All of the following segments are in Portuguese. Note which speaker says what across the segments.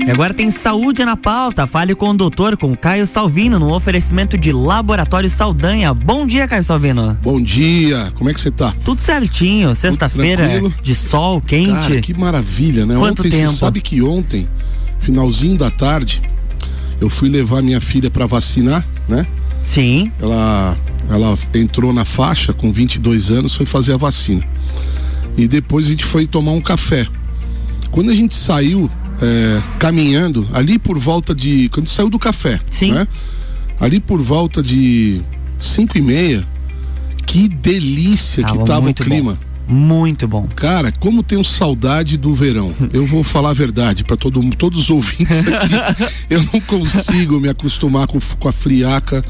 Speaker 1: E agora tem saúde na pauta. Fale com o doutor, com Caio Salvino, no oferecimento de Laboratório Saldanha. Bom dia, Caio Salvino.
Speaker 2: Bom dia, como é que você tá?
Speaker 1: Tudo certinho, sexta-feira de sol quente.
Speaker 2: Cara, que maravilha, né?
Speaker 1: Quanto
Speaker 2: ontem,
Speaker 1: tempo?
Speaker 2: Você sabe que ontem, finalzinho da tarde, eu fui levar minha filha pra vacinar, né?
Speaker 1: Sim.
Speaker 2: Ela entrou na faixa com 22 anos, foi fazer a vacina. E depois a gente foi tomar um café. Quando a gente saiu caminhando, ali por volta de... Quando saiu do café,
Speaker 1: sim,
Speaker 2: né? Ali por volta de 5:30, que delícia que tava o clima.
Speaker 1: Bom. Muito bom.
Speaker 2: Cara, como tenho saudade do verão. Eu vou falar a verdade para todos os ouvintes aqui. Eu não consigo me acostumar com a friaca.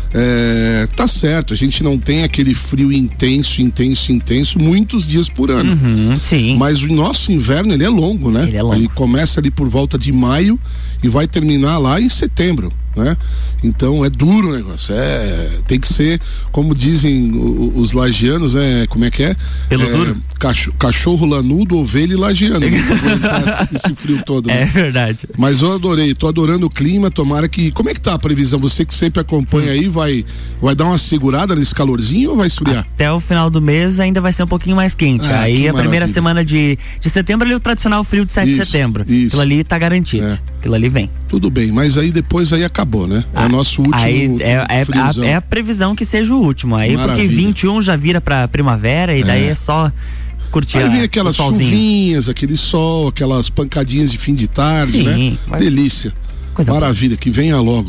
Speaker 2: Tá certo, a gente não tem aquele frio intenso muitos dias por ano.
Speaker 1: Sim.
Speaker 2: Mas o nosso inverno, ele é longo, né?
Speaker 1: Ele é longo.
Speaker 2: Ele começa ali por volta de maio e vai terminar lá em setembro, né? Então é duro o negócio. Tem que ser, como dizem os lagianos, né? Como é que é?
Speaker 1: Pelo duro?
Speaker 2: Cachorro lanudo, ovelha e lagiano. esse frio todo, né?
Speaker 1: É verdade.
Speaker 2: Mas eu adorei, tô adorando o clima. Tomara que... Como é que tá a previsão? Você que sempre acompanha aí, vai dar uma segurada nesse calorzinho ou vai esfriar?
Speaker 1: Até o final do mês ainda vai ser um pouquinho mais quente. Aí a primeira semana de setembro ali, o tradicional frio de 7 de setembro.
Speaker 2: Isso.
Speaker 1: Aquilo ali tá garantido. Aquilo ali vem.
Speaker 2: Tudo bem, mas aí depois acabou, né? É o nosso último friozão.
Speaker 1: É a previsão que seja o último. Aí
Speaker 2: maravilha.
Speaker 1: Porque 21 já vira pra primavera e daí é só curtir.
Speaker 2: Aí vem aquelas chuvinhas, aquele sol, aquelas pancadinhas de fim de tarde,
Speaker 1: sim,
Speaker 2: né? Delícia.
Speaker 1: Coisa
Speaker 2: maravilha,
Speaker 1: boa.
Speaker 2: Que venha logo.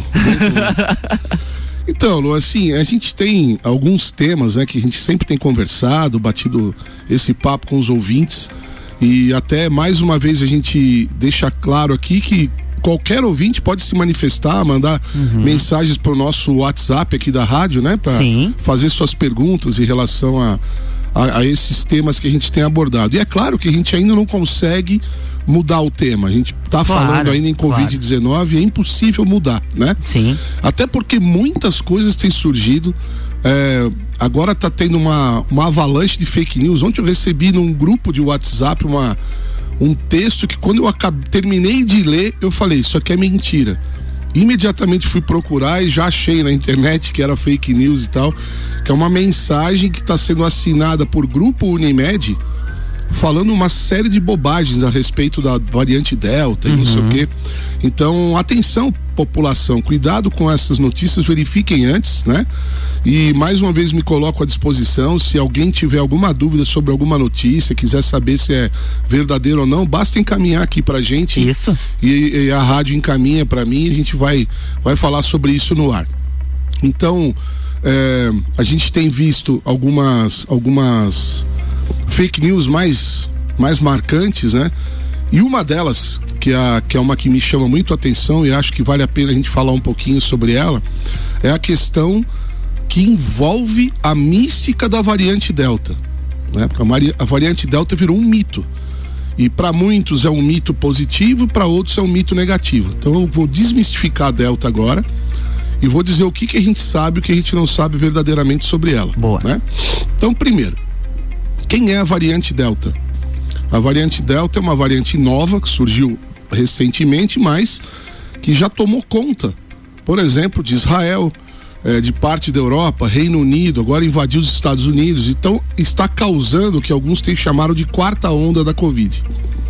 Speaker 2: Então, Lu, assim, a gente tem alguns temas, né, que a gente sempre tem conversado, batido esse papo com os ouvintes, e até mais uma vez a gente deixa claro aqui que qualquer ouvinte pode se manifestar, mandar mensagens pro nosso WhatsApp aqui da rádio, né, para fazer suas perguntas em relação a esses temas que a gente tem abordado. E é claro que a gente ainda não consegue mudar o tema. A gente tá falando ainda em Covid-19, é impossível mudar, né?
Speaker 1: Sim.
Speaker 2: Até porque muitas coisas têm surgido. Agora tá tendo uma avalanche de fake news. Ontem eu recebi num grupo de WhatsApp um texto que quando eu terminei de ler, eu falei, isso aqui é mentira. Imediatamente fui procurar e já achei na internet que era fake news e tal, que é uma mensagem que está sendo assinada por Grupo Unimed, falando uma série de bobagens a respeito da variante Delta e não sei o quê. Então, atenção, população, cuidado com essas notícias, verifiquem antes, né? E mais uma vez me coloco à disposição, se alguém tiver alguma dúvida sobre alguma notícia, quiser saber se é verdadeiro ou não, basta encaminhar aqui pra gente.
Speaker 1: Isso.
Speaker 2: E a rádio encaminha pra mim e a gente vai falar sobre isso no ar. Então, a gente tem visto algumas fake news mais marcantes, né? E uma delas, que é uma que me chama muito a atenção e acho que vale a pena a gente falar um pouquinho sobre ela, é a questão que envolve a mística da variante Delta, né? Porque a variante Delta virou um mito. E para muitos é um mito positivo, para outros é um mito negativo. Então eu vou desmistificar a Delta agora e vou dizer o que a gente sabe e o que a gente não sabe verdadeiramente sobre ela.
Speaker 1: Boa.
Speaker 2: Né? Então, primeiro, quem é a variante Delta? A variante Delta é uma variante nova que surgiu recentemente, mas que já tomou conta, por exemplo, de Israel, de parte da Europa, Reino Unido, agora invadiu os Estados Unidos. Então está causando o que alguns têm chamado de quarta onda da Covid.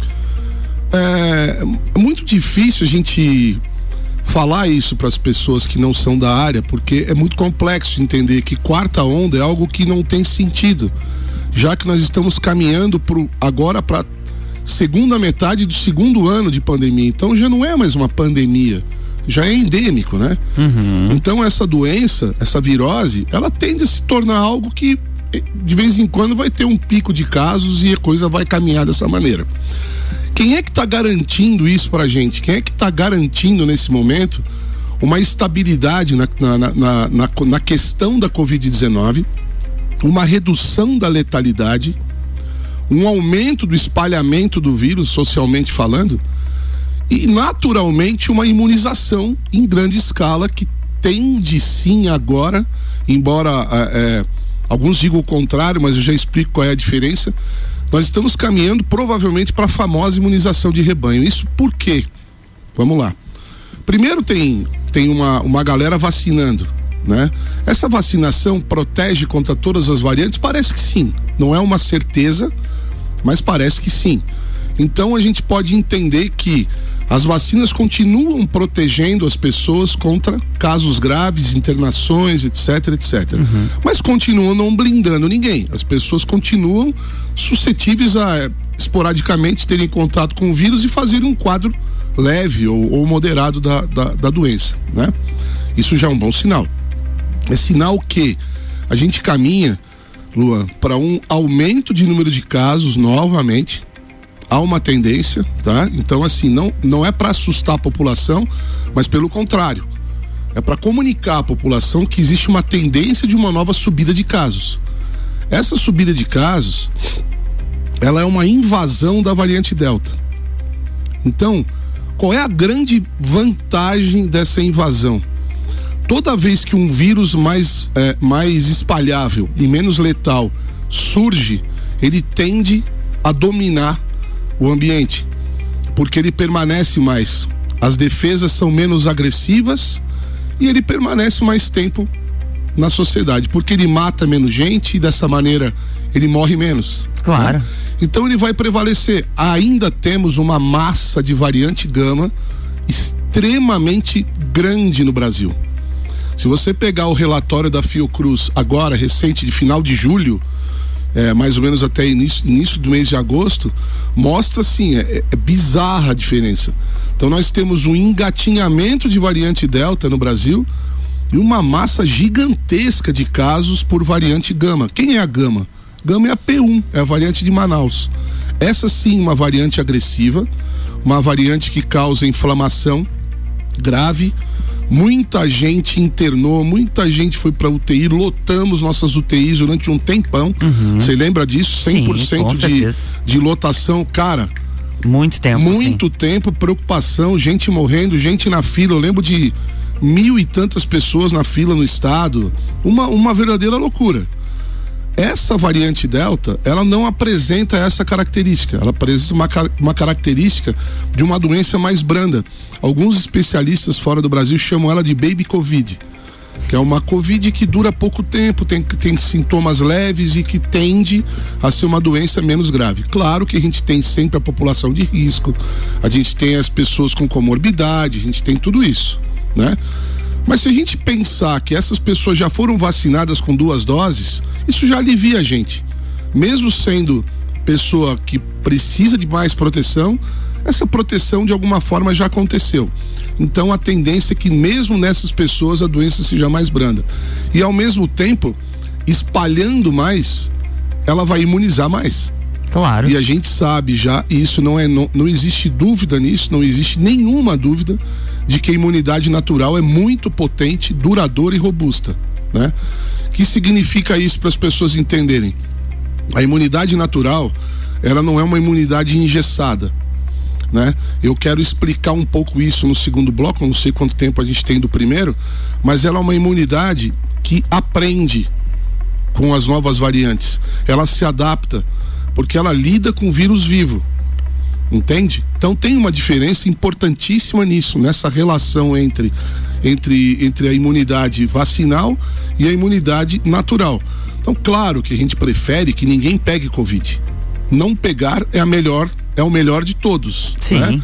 Speaker 2: É muito difícil a gente falar isso para as pessoas que não são da área, porque é muito complexo entender que quarta onda é algo que não tem sentido, já que nós estamos caminhando agora para segunda metade do segundo ano de pandemia. Então já não é mais uma pandemia, já é endêmico, né? Então essa doença, essa virose, ela tende a se tornar algo que de vez em quando vai ter um pico de casos e a coisa vai caminhar dessa maneira. Quem é que está garantindo isso pra gente? Quem é que está garantindo nesse momento uma estabilidade na questão da Covid-19, uma redução da letalidade, um aumento do espalhamento do vírus, socialmente falando, e naturalmente uma imunização em grande escala que tende sim agora, embora alguns digam o contrário, mas eu já explico qual é a diferença. Nós estamos caminhando provavelmente para a famosa imunização de rebanho. Isso por quê? Vamos lá. Primeiro tem uma galera vacinando, né? Essa vacinação protege contra todas as variantes? Parece que sim. Não é uma certeza, mas parece que sim. Então a gente pode entender que as vacinas continuam protegendo as pessoas contra casos graves, internações, etc, etc. Mas continuam não blindando ninguém. As pessoas continuam suscetíveis a esporadicamente terem contato com o vírus e fazerem um quadro leve ou moderado da doença, né? Isso já é um bom sinal. É sinal que a gente caminha, Lua, para um aumento de número de casos novamente. Há uma tendência, tá? Então, assim, não é para assustar a população, mas pelo contrário, é para comunicar à população que existe uma tendência de uma nova subida de casos. Essa subida de casos, ela é uma invasão da variante Delta. Então, qual é a grande vantagem dessa invasão? Toda vez que um vírus mais espalhável e menos letal surge, ele tende a dominar o ambiente, porque ele permanece mais, as defesas são menos agressivas e ele permanece mais tempo na sociedade, porque ele mata menos gente e dessa maneira ele morre menos.
Speaker 1: Claro.
Speaker 2: Né? Então ele vai prevalecer. Ainda temos uma massa de variante gama extremamente grande no Brasil. Se você pegar o relatório da Fiocruz agora, recente, de final de julho, mais ou menos até início do mês de agosto, mostra assim, é bizarra a diferença. Então nós temos um engatinhamento de variante Delta no Brasil e uma massa gigantesca de casos por variante Gama. Quem é a Gama? Gama é a P1, é a variante de Manaus. Essa sim, uma variante agressiva, uma variante que causa inflamação grave. Muita gente internou, muita gente foi pra UTI, lotamos nossas UTIs durante um tempão. Você lembra disso? 100%
Speaker 1: sim,
Speaker 2: de lotação, cara.
Speaker 1: Muito tempo.
Speaker 2: Muito tempo, preocupação, gente morrendo, gente na fila. Eu lembro de 1.000 e tantas pessoas na fila no estado. Uma verdadeira loucura. Essa variante Delta, ela não apresenta essa característica. Ela apresenta uma característica de uma doença mais branda. Alguns especialistas fora do Brasil chamam ela de Baby Covid, que é uma Covid que dura pouco tempo, tem sintomas leves e que tende a ser uma doença menos grave. Claro que a gente tem sempre a população de risco, a gente tem as pessoas com comorbidade, a gente tem tudo isso, né? Mas se a gente pensar que essas pessoas já foram vacinadas com 2 doses, isso já alivia a gente. Mesmo sendo pessoa que precisa de mais proteção, essa proteção de alguma forma já aconteceu. Então a tendência é que mesmo nessas pessoas a doença seja mais branda. E ao mesmo tempo, espalhando mais, ela vai imunizar mais.
Speaker 1: Claro.
Speaker 2: E a gente sabe já, e isso não existe dúvida nisso, não existe nenhuma dúvida de que a imunidade natural é muito potente, duradoura e robusta, né? Que significa isso para as pessoas entenderem? A imunidade natural, ela não é uma imunidade engessada, né? Eu quero explicar um pouco isso no segundo bloco, não sei quanto tempo a gente tem do primeiro, mas ela é uma imunidade que aprende com as novas variantes, ela se adapta, porque ela lida com vírus vivo, entende? Então tem uma diferença importantíssima nisso, nessa relação entre a imunidade vacinal e a imunidade natural. Então claro que a gente prefere que ninguém pegue Covid. Não pegar é o melhor de todos.
Speaker 1: Sim.
Speaker 2: Né?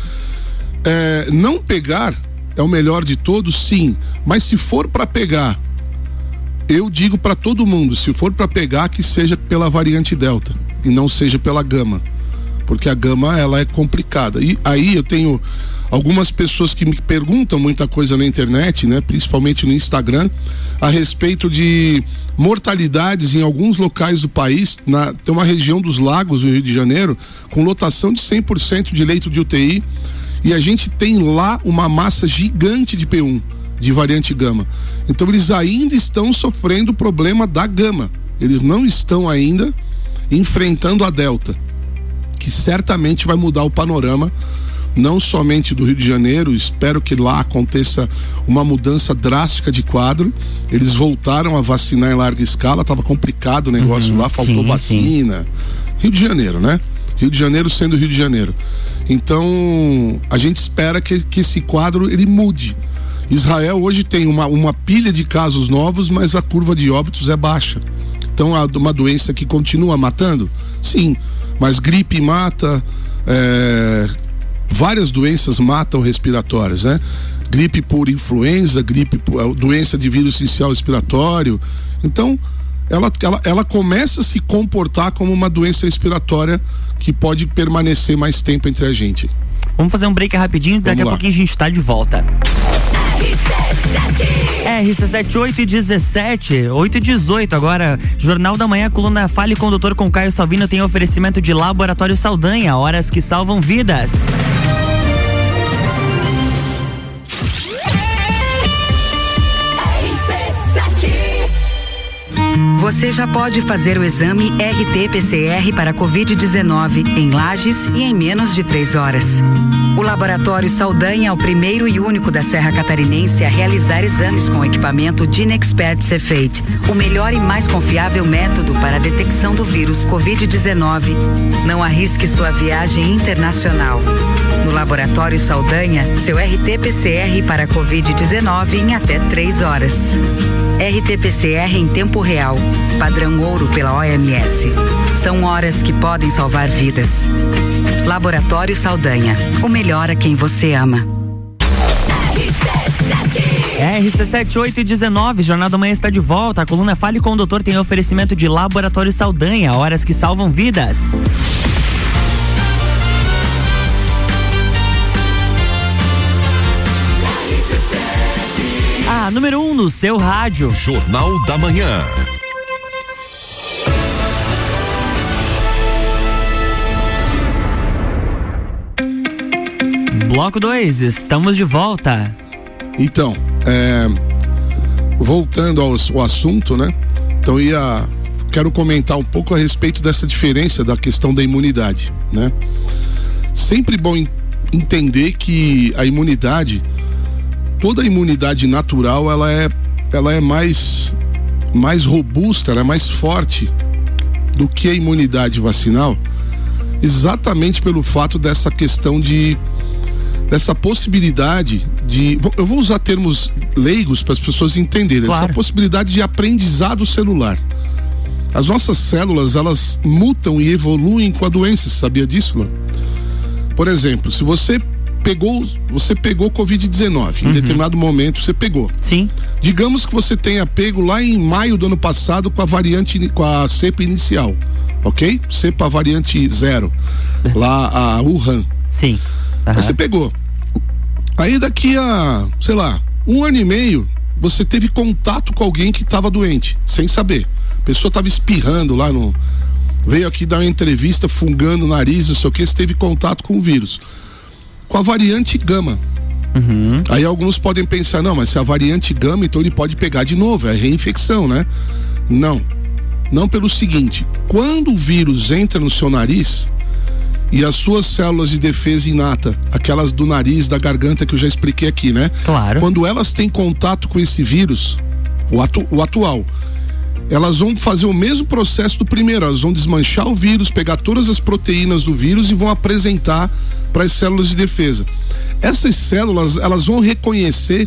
Speaker 2: Não pegar é o melhor de todos, sim. Mas se for para pegar, eu digo para todo mundo, se for para pegar, que seja pela variante Delta e não seja pela Gama, porque a Gama ela é complicada. E aí eu tenho algumas pessoas que me perguntam muita coisa na internet, né, principalmente no Instagram, a respeito de mortalidades em alguns locais do país. Tem uma região dos Lagos, no Rio de Janeiro, com lotação de 100% de leito de UTI, e a gente tem lá uma massa gigante de P1, de variante Gama. Então eles ainda estão sofrendo o problema da Gama, eles não estão ainda enfrentando a Delta, que certamente vai mudar o panorama, não somente do Rio de Janeiro. Espero que lá aconteça uma mudança drástica de quadro. Eles voltaram a vacinar em larga escala, estava complicado o negócio lá, faltou vacina. Sim. Rio de Janeiro, né? Rio de Janeiro sendo Rio de Janeiro. Então, a gente espera que esse quadro ele mude. Israel hoje tem uma pilha de casos novos, mas a curva de óbitos é baixa. Então, uma doença que continua matando? Sim, mas gripe mata, várias doenças matam respiratórias, né? Gripe por influenza, gripe por doença de vírus sincicial respiratório. Então, ela começa a se comportar como uma doença respiratória que pode permanecer mais tempo entre a gente.
Speaker 1: Vamos fazer um break rapidinho, daqui a pouquinho a gente tá de volta. RC7, 8h17, 8h18 agora, Jornal da Manhã, coluna Fale com o Doutor com Caio Salvino tem oferecimento de Laboratório Saldanha, horas que salvam vidas.
Speaker 3: Você já pode fazer o exame RT-PCR para Covid-19 em Lages e em menos de 3 horas. O Laboratório Saldanha é o primeiro e único da Serra Catarinense a realizar exames com o equipamento Dinexpert Cepheid, o melhor e mais confiável método para a detecção do vírus Covid-19. Não arrisque sua viagem internacional. No Laboratório Saldanha, seu RT-PCR para Covid-19 em até 3 horas. RT-PCR em tempo real, padrão ouro pela OMS. São horas que podem salvar vidas. Laboratório Saldanha, o melhor a quem você ama.
Speaker 1: RC7, 8h19, Jornal da Manhã está de volta. A coluna Fale com o Doutor tem oferecimento de Laboratório Saldanha, horas que salvam vidas. A número 1 no seu rádio.
Speaker 4: Jornal da Manhã.
Speaker 1: Bloco 2, estamos de volta.
Speaker 2: Então, voltando ao assunto, né? Então quero comentar um pouco a respeito dessa diferença da questão da imunidade, né? Sempre bom entender que a imunidade, toda a imunidade natural, ela é mais robusta, ela é mais forte do que a imunidade vacinal, exatamente pelo fato dessa questão dessa possibilidade de, eu vou usar termos leigos para as pessoas entenderem, claro. Essa possibilidade de aprendizado celular. As nossas células, elas mutam e evoluem com a doença, você sabia disso, Lô? Por exemplo, se você pegou Covid-19, em determinado momento você pegou.
Speaker 1: Sim.
Speaker 2: Digamos que você tenha pego lá em maio do ano passado com a cepa inicial, ok? Cepa variante 0, lá a Wuhan.
Speaker 1: Sim.
Speaker 2: Você pegou. Aí daqui a, sei lá, 1 ano e meio, você teve contato com alguém que estava doente, sem saber. A pessoa estava espirrando lá veio aqui dar uma entrevista, fungando o nariz, não sei o que, você teve contato com o vírus. Com a variante Gama. Aí alguns podem pensar, não, mas se a variante Gama, então ele pode pegar de novo, é reinfecção, né? Não pelo seguinte, quando o vírus entra no seu nariz e as suas células de defesa inata, aquelas do nariz, da garganta que eu já expliquei aqui, né?
Speaker 1: Claro.
Speaker 2: Quando elas têm contato com esse vírus, o atual, elas vão fazer o mesmo processo do primeiro, elas vão desmanchar o vírus, pegar todas as proteínas do vírus e vão apresentar para as células de defesa. Essas células, elas vão reconhecer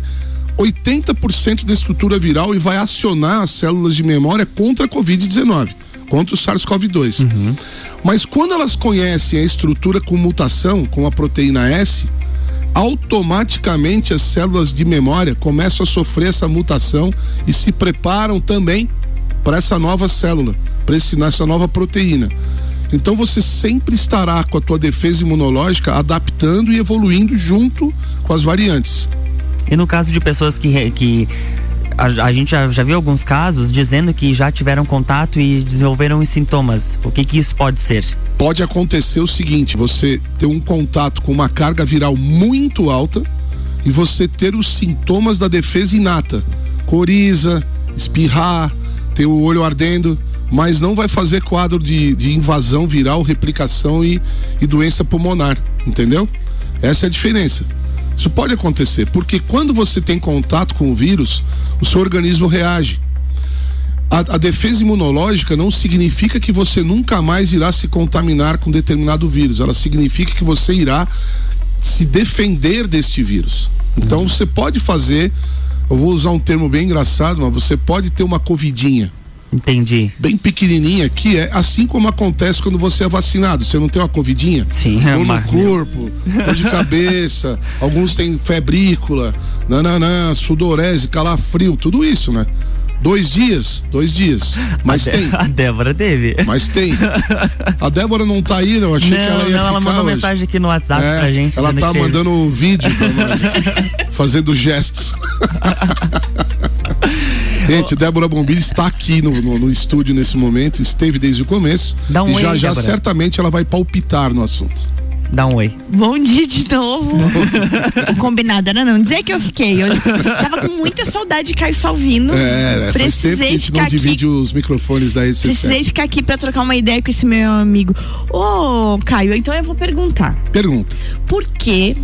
Speaker 2: 80% da estrutura viral e vai acionar as células de memória contra a Covid-19, contra o SARS-CoV-2. Mas quando elas conhecem a estrutura com mutação, com a proteína S, automaticamente as células de memória começam a sofrer essa mutação e se preparam também para essa nova célula, para essa nova proteína. Então você sempre estará com a tua defesa imunológica adaptando e evoluindo junto com as variantes.
Speaker 1: E no caso de pessoas que a gente já viu alguns casos dizendo que já tiveram contato e desenvolveram os sintomas, o que isso pode ser?
Speaker 2: Pode acontecer o seguinte, você ter um contato com uma carga viral muito alta e você ter os sintomas da defesa inata, coriza, espirrar, ter o olho ardendo, mas não vai fazer quadro de invasão viral, replicação e doença pulmonar, entendeu? Essa é a diferença. Isso pode acontecer, porque quando você tem contato com o vírus, o seu organismo reage. A defesa imunológica não significa que você nunca mais irá se contaminar com determinado vírus. Ela significa que você irá se defender deste vírus. Então você pode fazer, eu vou usar um termo bem engraçado, mas você pode ter uma covidinha.
Speaker 1: Entendi.
Speaker 2: Bem pequenininha, que é assim como acontece quando você é vacinado. Você não tem uma covidinha?
Speaker 1: Sim,
Speaker 2: dor no corpo, dor de cabeça, alguns têm febrícula, sudorese, calafrio, tudo isso, né? 2 dias. Mas tem.
Speaker 1: A Débora teve.
Speaker 2: Mas tem. A Débora não tá aí, eu achei que ela ia ficar.
Speaker 1: Ela mandou
Speaker 2: hoje.
Speaker 1: Mensagem aqui no WhatsApp pra gente.
Speaker 2: Ela tá mandando um vídeo pra nós, fazendo gestos. Gente, Débora Bombilho está aqui no estúdio nesse momento, esteve desde o começo.
Speaker 1: Dá um
Speaker 2: e
Speaker 1: oi,
Speaker 2: já
Speaker 1: Débora.
Speaker 2: Certamente ela vai palpitar no assunto.
Speaker 1: Dá um oi.
Speaker 4: Bom dia de novo. O combinado era não dizer que eu fiquei. Eu tava com muita saudade de Caio Salvino.
Speaker 2: Faz tempo que a gente não divide os microfones da RC7.
Speaker 4: Precisei ficar aqui pra trocar uma ideia com esse meu amigo. Ô, Caio, então eu vou perguntar.
Speaker 2: Pergunta.
Speaker 4: Por que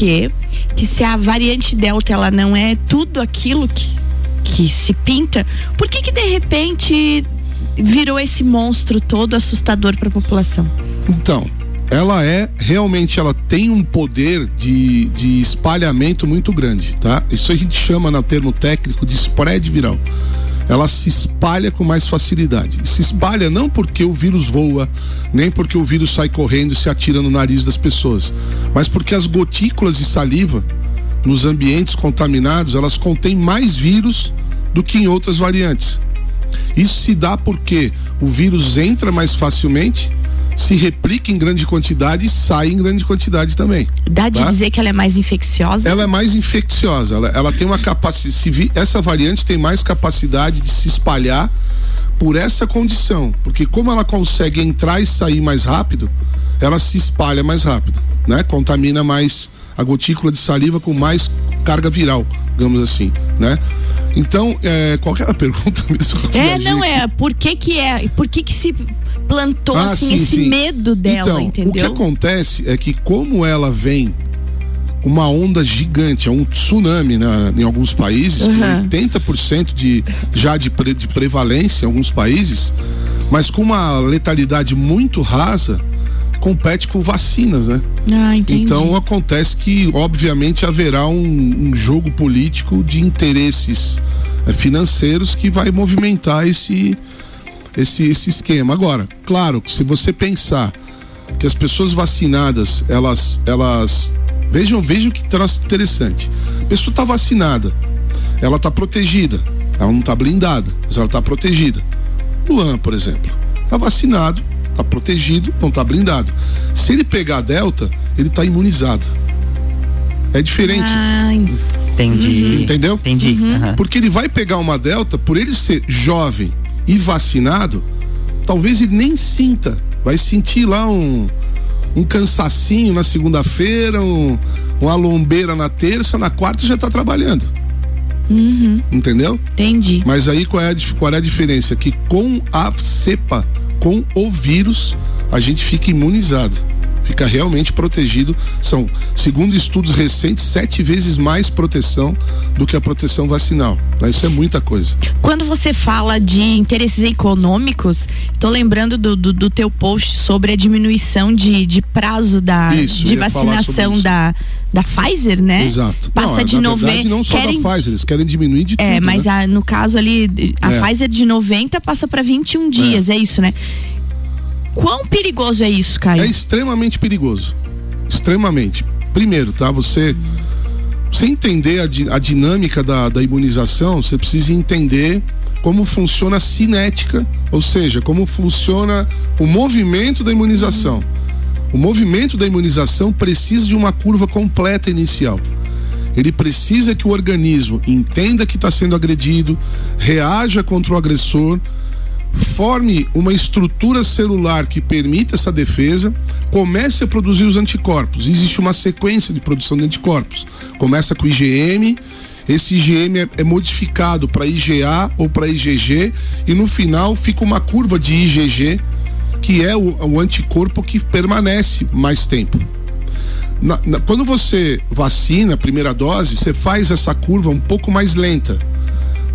Speaker 4: se a variante Delta ela não é tudo aquilo que se pinta, por que de repente virou esse monstro todo assustador para a população?
Speaker 2: Então, ela tem um poder de espalhamento muito grande, tá? Isso a gente chama no termo técnico de spread viral. Ela se espalha com mais facilidade. E se espalha não porque o vírus voa, nem porque o vírus sai correndo e se atira no nariz das pessoas, mas porque as gotículas de saliva nos ambientes contaminados, elas contêm mais vírus do que em outras variantes. Isso se dá porque o vírus entra mais facilmente, se replica em grande quantidade e sai em grande quantidade também.
Speaker 4: Dá de dizer que ela é mais infecciosa?
Speaker 2: Ela é mais infecciosa, ela tem uma capacidade, essa variante tem mais capacidade de se espalhar por essa condição, porque como ela consegue entrar e sair mais rápido, ela se espalha mais rápido, né? Contamina mais a gotícula de saliva com mais carga viral, digamos assim, né? Então, qual que era a pergunta mesmo?
Speaker 4: Por que se plantou esse medo dela,
Speaker 2: então,
Speaker 4: entendeu?
Speaker 2: O que acontece é que como ela vem uma onda gigante, é um tsunami, né, em alguns países, com 80% de prevalência em alguns países, mas com uma letalidade muito rasa, compete com vacinas, né? Então acontece que obviamente haverá um jogo político de interesses financeiros que vai movimentar esse esquema. Agora, claro, se você pensar que as pessoas vacinadas, elas vejam que troço interessante. A pessoa está vacinada, ela está protegida, ela não está blindada, mas ela está protegida. Luan, por exemplo, está vacinado, está protegido, não está blindado. Se ele pegar a Delta, ele está imunizado. É diferente.
Speaker 1: Entendi.
Speaker 2: Entendeu?
Speaker 1: Entendi.
Speaker 2: Porque ele vai pegar uma Delta, por ele ser jovem e vacinado, talvez ele nem sinta. Vai sentir lá um cansacinho na segunda-feira, uma lombeira na terça, na quarta já está trabalhando. Entendeu?
Speaker 4: Entendi.
Speaker 2: Mas aí qual é a diferença? Que com a cepa, com o vírus, a gente fica imunizado, fica realmente protegido. São, segundo estudos recentes, 7 vezes mais proteção do que a proteção vacinal. Isso é muita coisa.
Speaker 4: Quando você fala de interesses econômicos, tô lembrando do teu post sobre a diminuição de prazo de vacinação da Pfizer, né?
Speaker 2: Exato.
Speaker 4: Passa de 90.
Speaker 2: Não só da Pfizer, eles querem diminuir de tudo.
Speaker 4: Mas
Speaker 2: né?
Speaker 4: no caso ali, a Pfizer de 90 passa para 21 dias, é isso, né? Quão perigoso é isso, Caio?
Speaker 2: É extremamente perigoso. Extremamente. Primeiro, tá? Você entender a dinâmica da imunização, você precisa entender como funciona a cinética, ou seja, como funciona o movimento da imunização. O movimento da imunização precisa de uma curva completa inicial. Ele precisa que o organismo entenda que está sendo agredido, reaja contra o agressor, forme uma estrutura celular que permita essa defesa, comece a produzir os anticorpos. Existe uma sequência de produção de anticorpos. Começa com IgM, esse IgM é modificado para IgA ou para IgG e no final fica uma curva de IgG, que é o anticorpo que permanece mais tempo. Quando você vacina a primeira dose, você faz essa curva um pouco mais lenta.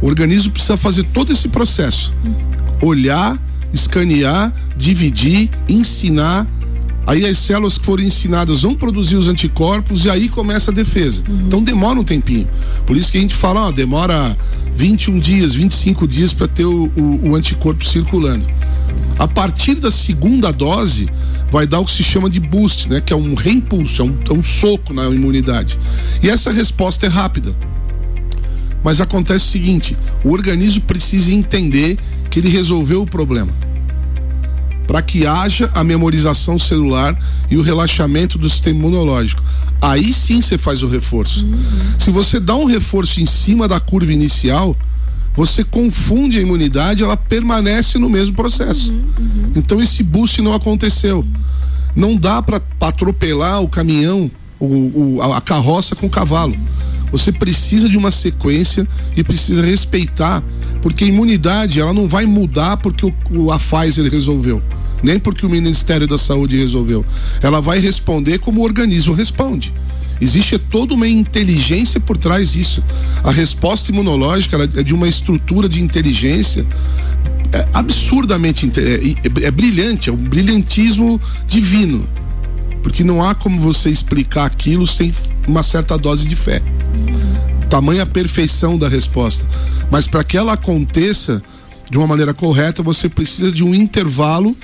Speaker 2: O organismo precisa fazer todo esse processo. Olhar, escanear, dividir, ensinar. Aí as células que forem ensinadas vão produzir os anticorpos e aí começa a defesa. Então demora um tempinho. Por isso que a gente fala, demora 21 dias, 25 dias para ter o anticorpo circulando. A partir da segunda dose, vai dar o que se chama de boost, né? Que é um reimpulso, é um soco na imunidade. E essa resposta é rápida. Mas acontece o seguinte, o organismo precisa entender que ele resolveu o problema. Para que haja a memorização celular e o relaxamento do sistema imunológico. Aí sim você faz o reforço. Se você dá um reforço em cima da curva inicial, você confunde a imunidade, ela permanece no mesmo processo. Então esse boost não aconteceu. Não dá para atropelar o caminhão, a carroça com o cavalo. Você precisa de uma sequência e precisa respeitar, porque a imunidade ela não vai mudar porque a Pfizer resolveu, nem porque o Ministério da Saúde resolveu. Ela vai responder como o organismo responde. Existe toda uma inteligência por trás disso. A resposta imunológica ela é de uma estrutura de inteligência absurdamente brilhante, é um brilhantismo divino, porque não há como você explicar aquilo sem uma certa dose de fé. Tamanha perfeição da resposta, mas para que ela aconteça de uma maneira correta, você precisa de um intervalo.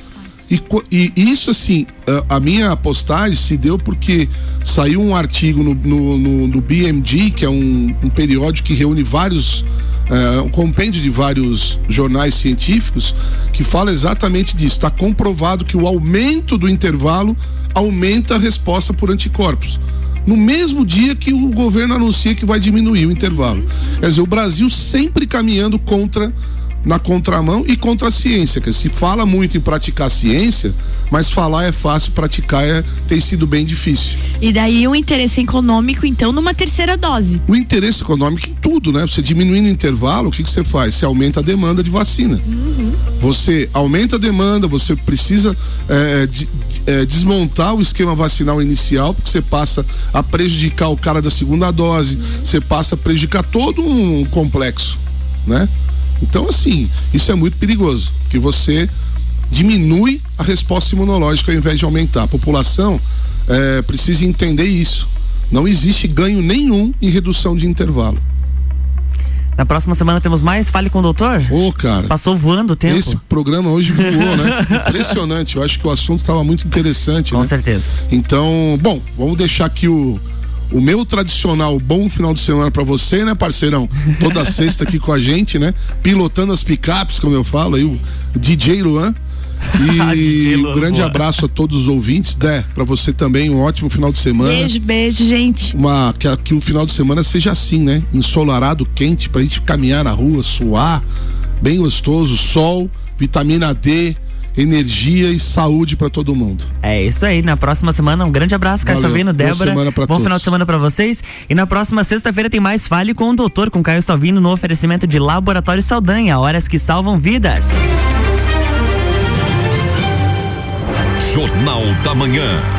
Speaker 2: E isso assim, a minha postagem se deu porque saiu um artigo no BMG, que é um periódico que reúne vários um compêndio de vários jornais científicos, que fala exatamente disso. Está comprovado que o aumento do intervalo aumenta a resposta por anticorpos, no mesmo dia que o governo anuncia que vai diminuir o intervalo. Quer dizer, o Brasil sempre caminhando na contramão e contra a ciência, que se fala muito em praticar ciência, mas falar é fácil, praticar tem sido bem difícil.
Speaker 4: E daí o interesse econômico, então, numa terceira dose.
Speaker 2: O interesse econômico em tudo, né? Você diminuindo o intervalo, o que você faz? Você aumenta a demanda de vacina. Você aumenta a demanda, você precisa desmontar o esquema vacinal inicial, porque você passa a prejudicar o cara da segunda dose, você passa a prejudicar todo um complexo, né? Então, assim, isso é muito perigoso, porque você diminui a resposta imunológica ao invés de aumentar. A população precisa entender isso. Não existe ganho nenhum em redução de intervalo.
Speaker 1: Na próxima semana temos mais? Fale com o doutor?
Speaker 2: Cara.
Speaker 1: Passou voando o tempo.
Speaker 2: Esse programa hoje voou, né? Impressionante. Eu acho que o assunto estava muito interessante.
Speaker 1: Com certeza.
Speaker 2: Então, bom, vamos deixar aqui o meu tradicional bom final de semana pra você, né, parceirão? Toda sexta aqui com a gente, né? Pilotando as picapes, como eu falo, aí o DJ Luan. E um grande abraço a todos os ouvintes. Pra você também, um ótimo final de semana.
Speaker 4: Beijo, gente.
Speaker 2: Que o final de semana seja assim, né? Ensolarado, quente, pra gente caminhar na rua, suar, bem gostoso, sol, vitamina D, energia e saúde pra todo mundo.
Speaker 1: É isso aí, na próxima semana um grande abraço, Caio Salvino, Débora, bom final de semana pra vocês, e na próxima sexta-feira tem mais Fale com o Doutor, com Caio Salvino, no oferecimento de Laboratório Saldanha, horas que salvam vidas.
Speaker 5: Jornal da Manhã.